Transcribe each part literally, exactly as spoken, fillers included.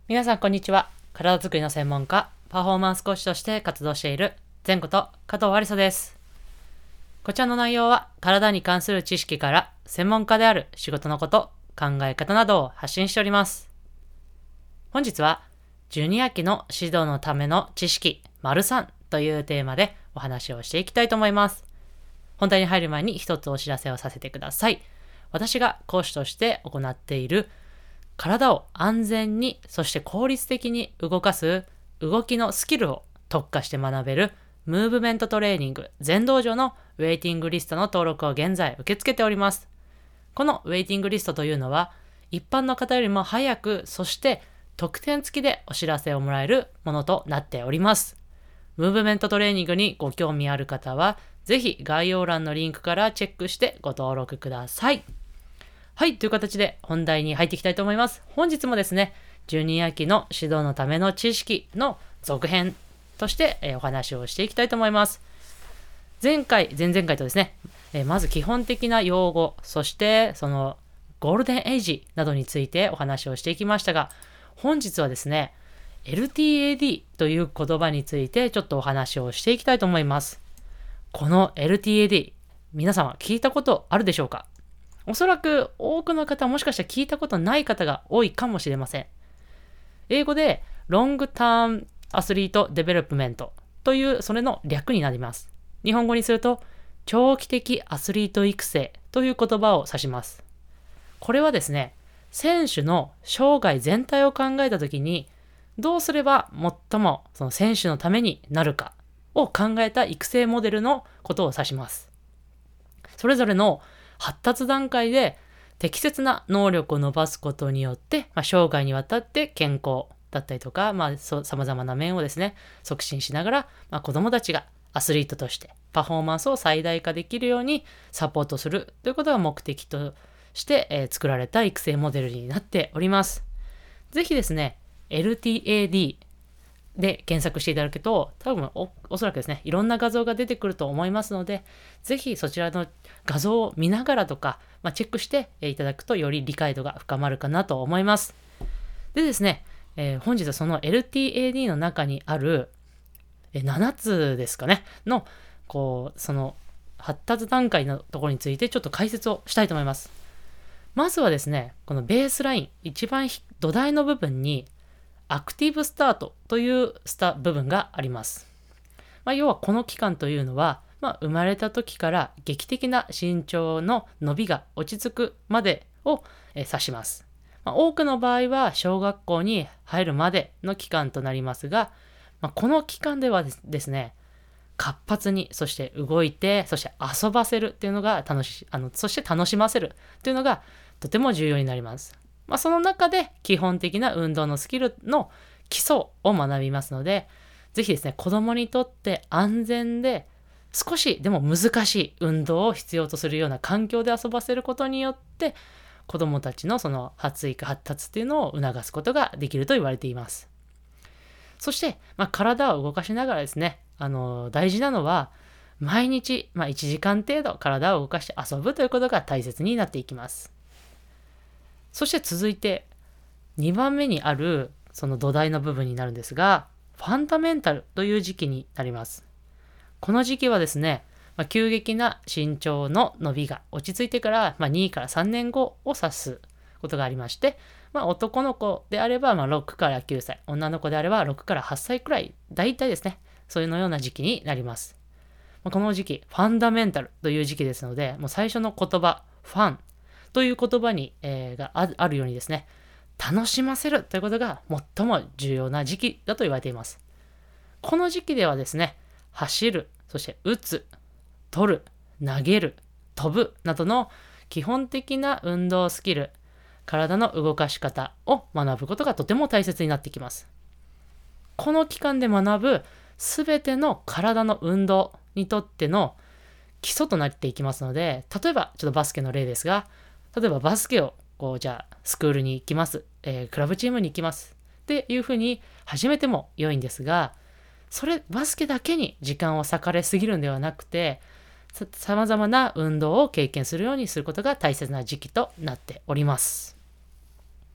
皆さんこんにちは。体づくりの専門家、パフォーマンスコーチとして活動している前こと加藤ありさです。こちらの内容は体に関する知識から専門家である仕事のこと、考え方などを発信しております。本日はジュニア期の指導のための知識 ③ というテーマでお話をしていきたいと思います。本題に入る前に一つお知らせをさせてください。私が講師として行っている体を安全に、そして効率的に動かす動きのスキルを特化して学べるムーブメントトレーニング全道場のウェイティングリストの登録を現在受け付けております。このウェイティングリストというのは一般の方よりも早く、そして特典付きでお知らせをもらえるものとなっております。ムーブメントトレーニングにご興味ある方はぜひ概要欄のリンクからチェックしてご登録ください。はい、という形で本題に入っていきたいと思います。本日もですね、ジュニア期の指導のための知識の続編として、えー、お話をしていきたいと思います。前回、前々回とですね、えー、まず基本的な用語、そしてそのゴールデンエイジなどについてお話をしていきましたが、本日はですね、エルティーエーディー という言葉についてちょっとお話をしていきたいと思います。この エルティーエーディー、皆様聞いたことあるでしょうか？おそらく多くの方はもしかしたら聞いたことない方が多いかもしれません。英語でロングタームアスリートデベロップメントというそれの略になります。日本語にすると長期的アスリート育成という言葉を指します。これはですね、選手の生涯全体を考えたときにどうすれば最もその選手のためになるかを考えた育成モデルのことを指します。それぞれの発達段階で適切な能力を伸ばすことによって、まあ、生涯にわたって健康だったりとか、まあ、さまざまな面をですね、促進しながら、まあ、子どもたちがアスリートとしてパフォーマンスを最大化できるようにサポートするということが目的として、えー、作られた育成モデルになっております。ぜひですね、エルティーエーディーで検索していただくと、多分 お, おそらくですね、いろんな画像が出てくると思いますので、ぜひそちらの画像を見ながらとか、まあ、チェックしていただくとより理解度が深まるかなと思います。でですね、えー、本日はその エルティーエーディー の中にあるえななつですかねのこうその発達段階のところについてちょっと解説をしたいと思います。まずはですね、このベースライン、一番土台の部分にアクティブスタートというスタ部分があります。まあ、要はこの期間というのは、まあ、生まれた時から劇的な身長の伸びが落ち着くまでを指します。まあ、多くの場合は小学校に入るまでの期間となりますが、まあ、この期間ではですね、活発に、そして動いて、そして遊ばせるっていうのが楽しい、あの、そして楽しませるっていうのがとても重要になります。まあ、その中で基本的な運動のスキルの基礎を学びますので、ぜひですね、子供にとって安全で少しでも難しい運動を必要とするような環境で遊ばせることによって、子供たちのその発育発達っていうのを促すことができると言われています。そして、まあ、体を動かしながらですね、あの大事なのは毎日、まあ、いちじかん程度体を動かして遊ぶということが大切になっていきます。そして続いてにばんめにあるその土台の部分になるんですが、ファンダメンタルという時期になります。この時期はですね、まあ、急激な身長の伸びが落ち着いてから、まあ、にからさんねんごを指すことがありまして、まあ、男の子であればまあろくからきゅうさい、女の子であればろくからはっさいくらい、大体ですね、そういうのような時期になります。まあ、この時期、ファンダメンタルという時期ですので、もう最初の言葉、ファンという言葉に、えー、があるようにですね、楽しませるということが最も重要な時期だと言われています。この時期ではですね、走る、そして打つ、取る、投げる、飛ぶなどの基本的な運動スキル、体の動かし方を学ぶことがとても大切になってきます。この期間で学ぶすべての体の運動にとっての基礎となっていきますので、例えばちょっとバスケの例ですが、例えばバスケをこうじゃあスクールに行きます、えー、クラブチームに行きますっていうふうに始めても良いんですが、それバスケだけに時間を割かれすぎるんではなくて、さまざまな運動を経験するようにすることが大切な時期となっております。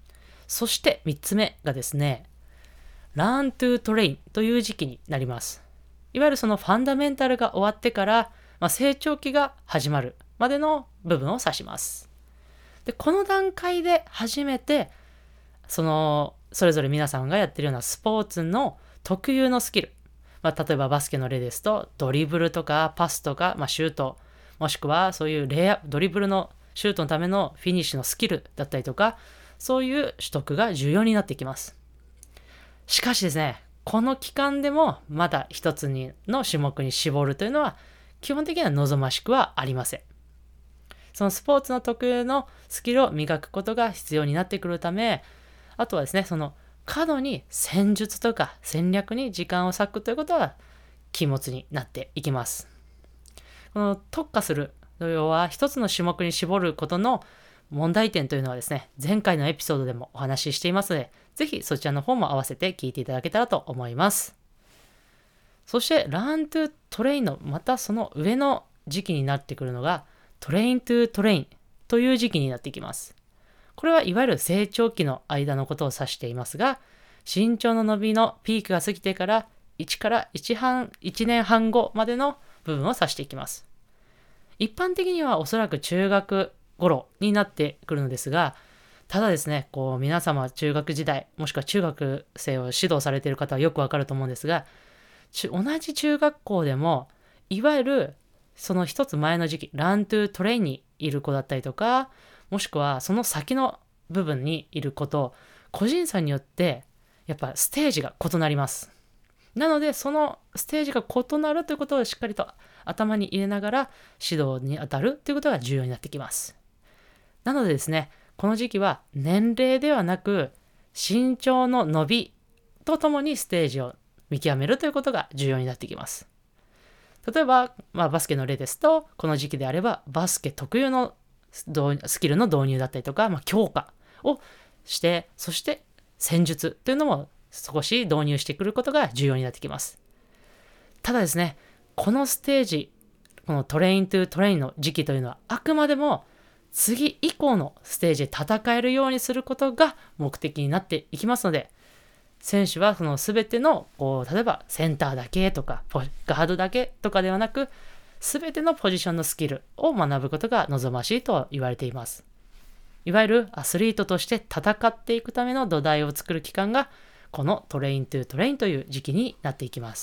そしてみっつめがですね、Learn to Train という時期になります。いわゆるそのファンダメンタルが終わってから、まあ、成長期が始まるまでの部分を指します。で、この段階で初めて、その、それぞれ皆さんがやってるようなスポーツの特有のスキル。まあ、例えばバスケの例ですと、ドリブルとかパスとか、まあ、シュート、もしくはそういうレイアップ、ドリブルのシュートのためのフィニッシュのスキルだったりとか、そういう取得が重要になってきます。しかしですね、この期間でもまだ一つにの種目に絞るというのは基本的には望ましくはありません。そのスポーツの特有のスキルを磨くことが必要になってくるため、あとはですね、その過度に戦術とか戦略に時間を割くということは禁物になっていきます。この特化する、要は一つの種目に絞ることの問題点というのはですね、前回のエピソードでもお話ししていますので、ぜひそちらの方も合わせて聞いていただけたらと思います。そして Learn to Train のまたその上の時期になってくるのが Train to Train という時期になってきます。これはいわゆる成長期の間のことを指していますが、身長の伸びのピークが過ぎてからいちからいちねんはん後までの部分を指していきます。一般的にはおそらく中学頃になってくるのですが、ただですね、こう皆様中学時代、もしくは中学生を指導されている方はよくわかると思うんですが、同じ中学校でも、いわゆるその一つ前の時期、Learn to Train にいる子だったりとか、もしくはその先の部分にいる子と、個人差によってやっぱステージが異なります。なので、そのステージが異なるということをしっかりと頭に入れながら指導に当たるということが重要になってきます。なのでですね、この時期は年齢ではなく身長の伸びとともにステージを見極めるということが重要になってきます。例えば、まあ、バスケの例ですと、この時期であればバスケ特有のスキルの導入だったりとか、まあ、強化をして、そして戦術というのも少し導入してくることが重要になってきます。ただですね、このステージ、このトレイントゥトレインの時期というのはあくまでも次以降のステージで戦えるようにすることが目的になっていきますので、選手はその全てのこう例えばセンターだけとかガードだけとかではなく、全てのポジションのスキルを学ぶことが望ましいと言われています。いわゆるアスリートとして戦っていくための土台を作る期間がこのトレイントゥトレインという時期になっていきます。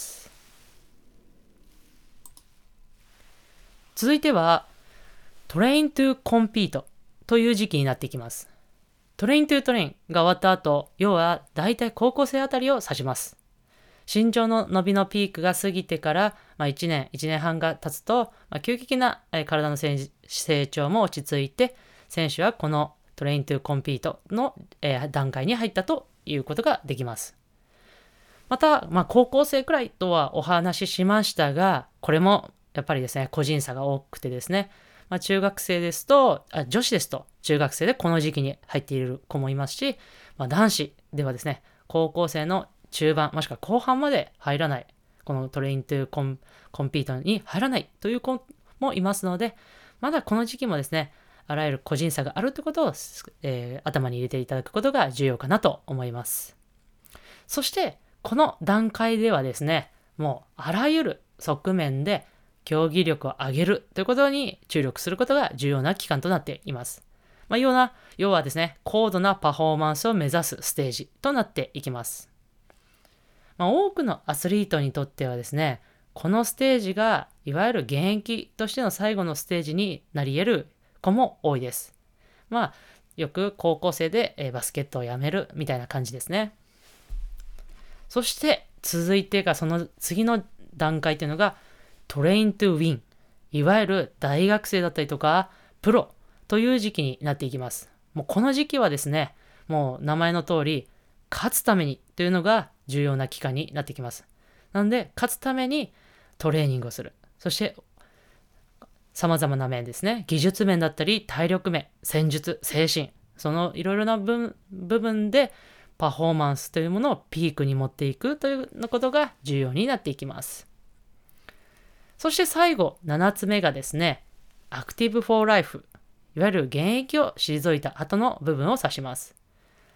続いてはトレイントゥコンピートという時期になっていきます。トレイントゥトレインが終わった後、要は大体高校生あたりを指します。身長の伸びのピークが過ぎてから、まあ、いちねん、いちねんはんが経つと、まあ、急激な体の成長も落ち着いて、選手はこのトレイントゥコンピートの段階に入ったということができます。また、まあ、高校生くらいとはお話ししましたが、これもやっぱりですね、個人差が多くてですね、まあ、中学生ですとあ、女子ですと中学生でこの時期に入っている子もいますし、まあ、男子ではですね、高校生の中盤もしくは後半まで入らない、このトレイントゥコン、コンピートに入らないという子もいますので、まだこの時期もですね、あらゆる個人差があるということを、えー、頭に入れていただくことが重要かなと思います。そしてこの段階ではですね、もうあらゆる側面で競技力を上げるということに注力することが重要な期間となっています。まあ、要な、要はですね、高度なパフォーマンスを目指すステージとなっていきます。まあ、多くのアスリートにとってはですね、このステージがいわゆる現役としての最後のステージになり得る子も多いです。まあ、よく高校生でバスケットをやめるみたいな感じですね。そして続いてがその次の段階というのがトレイントゥウィン、いわゆる大学生だったりとかプロという時期になっていきます。もうこの時期はですね、もう名前の通り勝つためにというのが重要な期間になってきます。なので勝つためにトレーニングをする。そして様々な面ですね、技術面だったり体力面、戦術、精神、そのいろいろな部分でパフォーマンスというものをピークに持っていくということが重要になっていきます。そして最後、ななつめがですね、Active for Life、いわゆる現役を退いた後の部分を指します。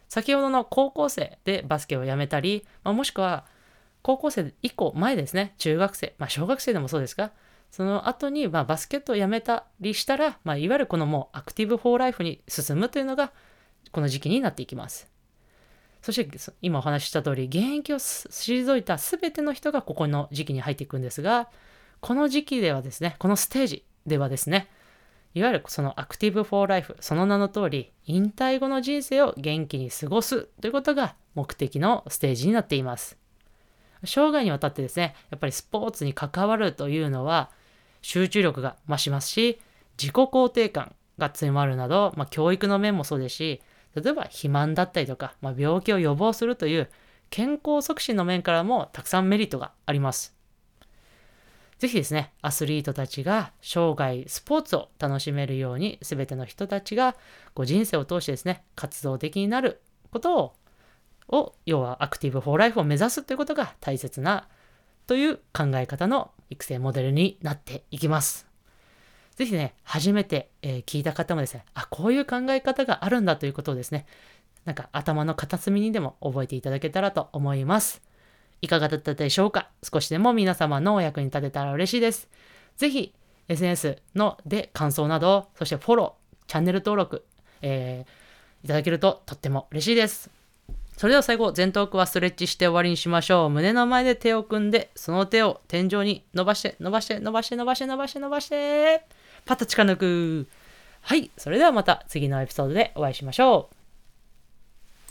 先ほどの高校生でバスケをやめたり、まあ、もしくは高校生以降前ですね、中学生、まあ、小学生でもそうですか、その後にまあバスケットをやめたりしたら、まあ、いわゆるこのもうアクティブフォーライフに進むというのがこの時期になっていきます。そして今お話しした通り、現役を退いた全ての人がここの時期に入っていくんですが、この時期ではですね、このステージではですね、いわゆるそのアクティブフォーライフ、その名の通り、引退後の人生を元気に過ごすということが目的のステージになっています。生涯にわたってですね、やっぱりスポーツに関わるというのは、集中力が増しますし、自己肯定感が強まるなど、まあ、教育の面もそうですし、例えば肥満だったりとか、まあ、病気を予防するという健康促進の面からもたくさんメリットがあります。ぜひですね、アスリートたちが生涯スポーツを楽しめるように、すべての人たちがこう人生を通してですね、活動的になることを、を要はアクティブフォーライフを目指すということが大切なという考え方の育成モデルになっていきます。ぜひね、初めて、えー聞いた方もですね、あ、こういう考え方があるんだということをですね、なんか頭の片隅にでも覚えていただけたらと思います。いかがだったでしょうか。少しでも皆様のお役に立てたら嬉しいです。ぜひ エスエヌエス ので感想など、そしてフォロー、チャンネル登録、えーいただけるととっても嬉しいです。それでは最後、前頭腔はストレッチして終わりにしましょう。胸の前で手を組んで、その手を天井に伸ばして、伸ばして、伸ばして、伸ばして、伸ばして、伸ばして、パッと力抜く。はい、それではまた次のエピソードでお会いしましょう。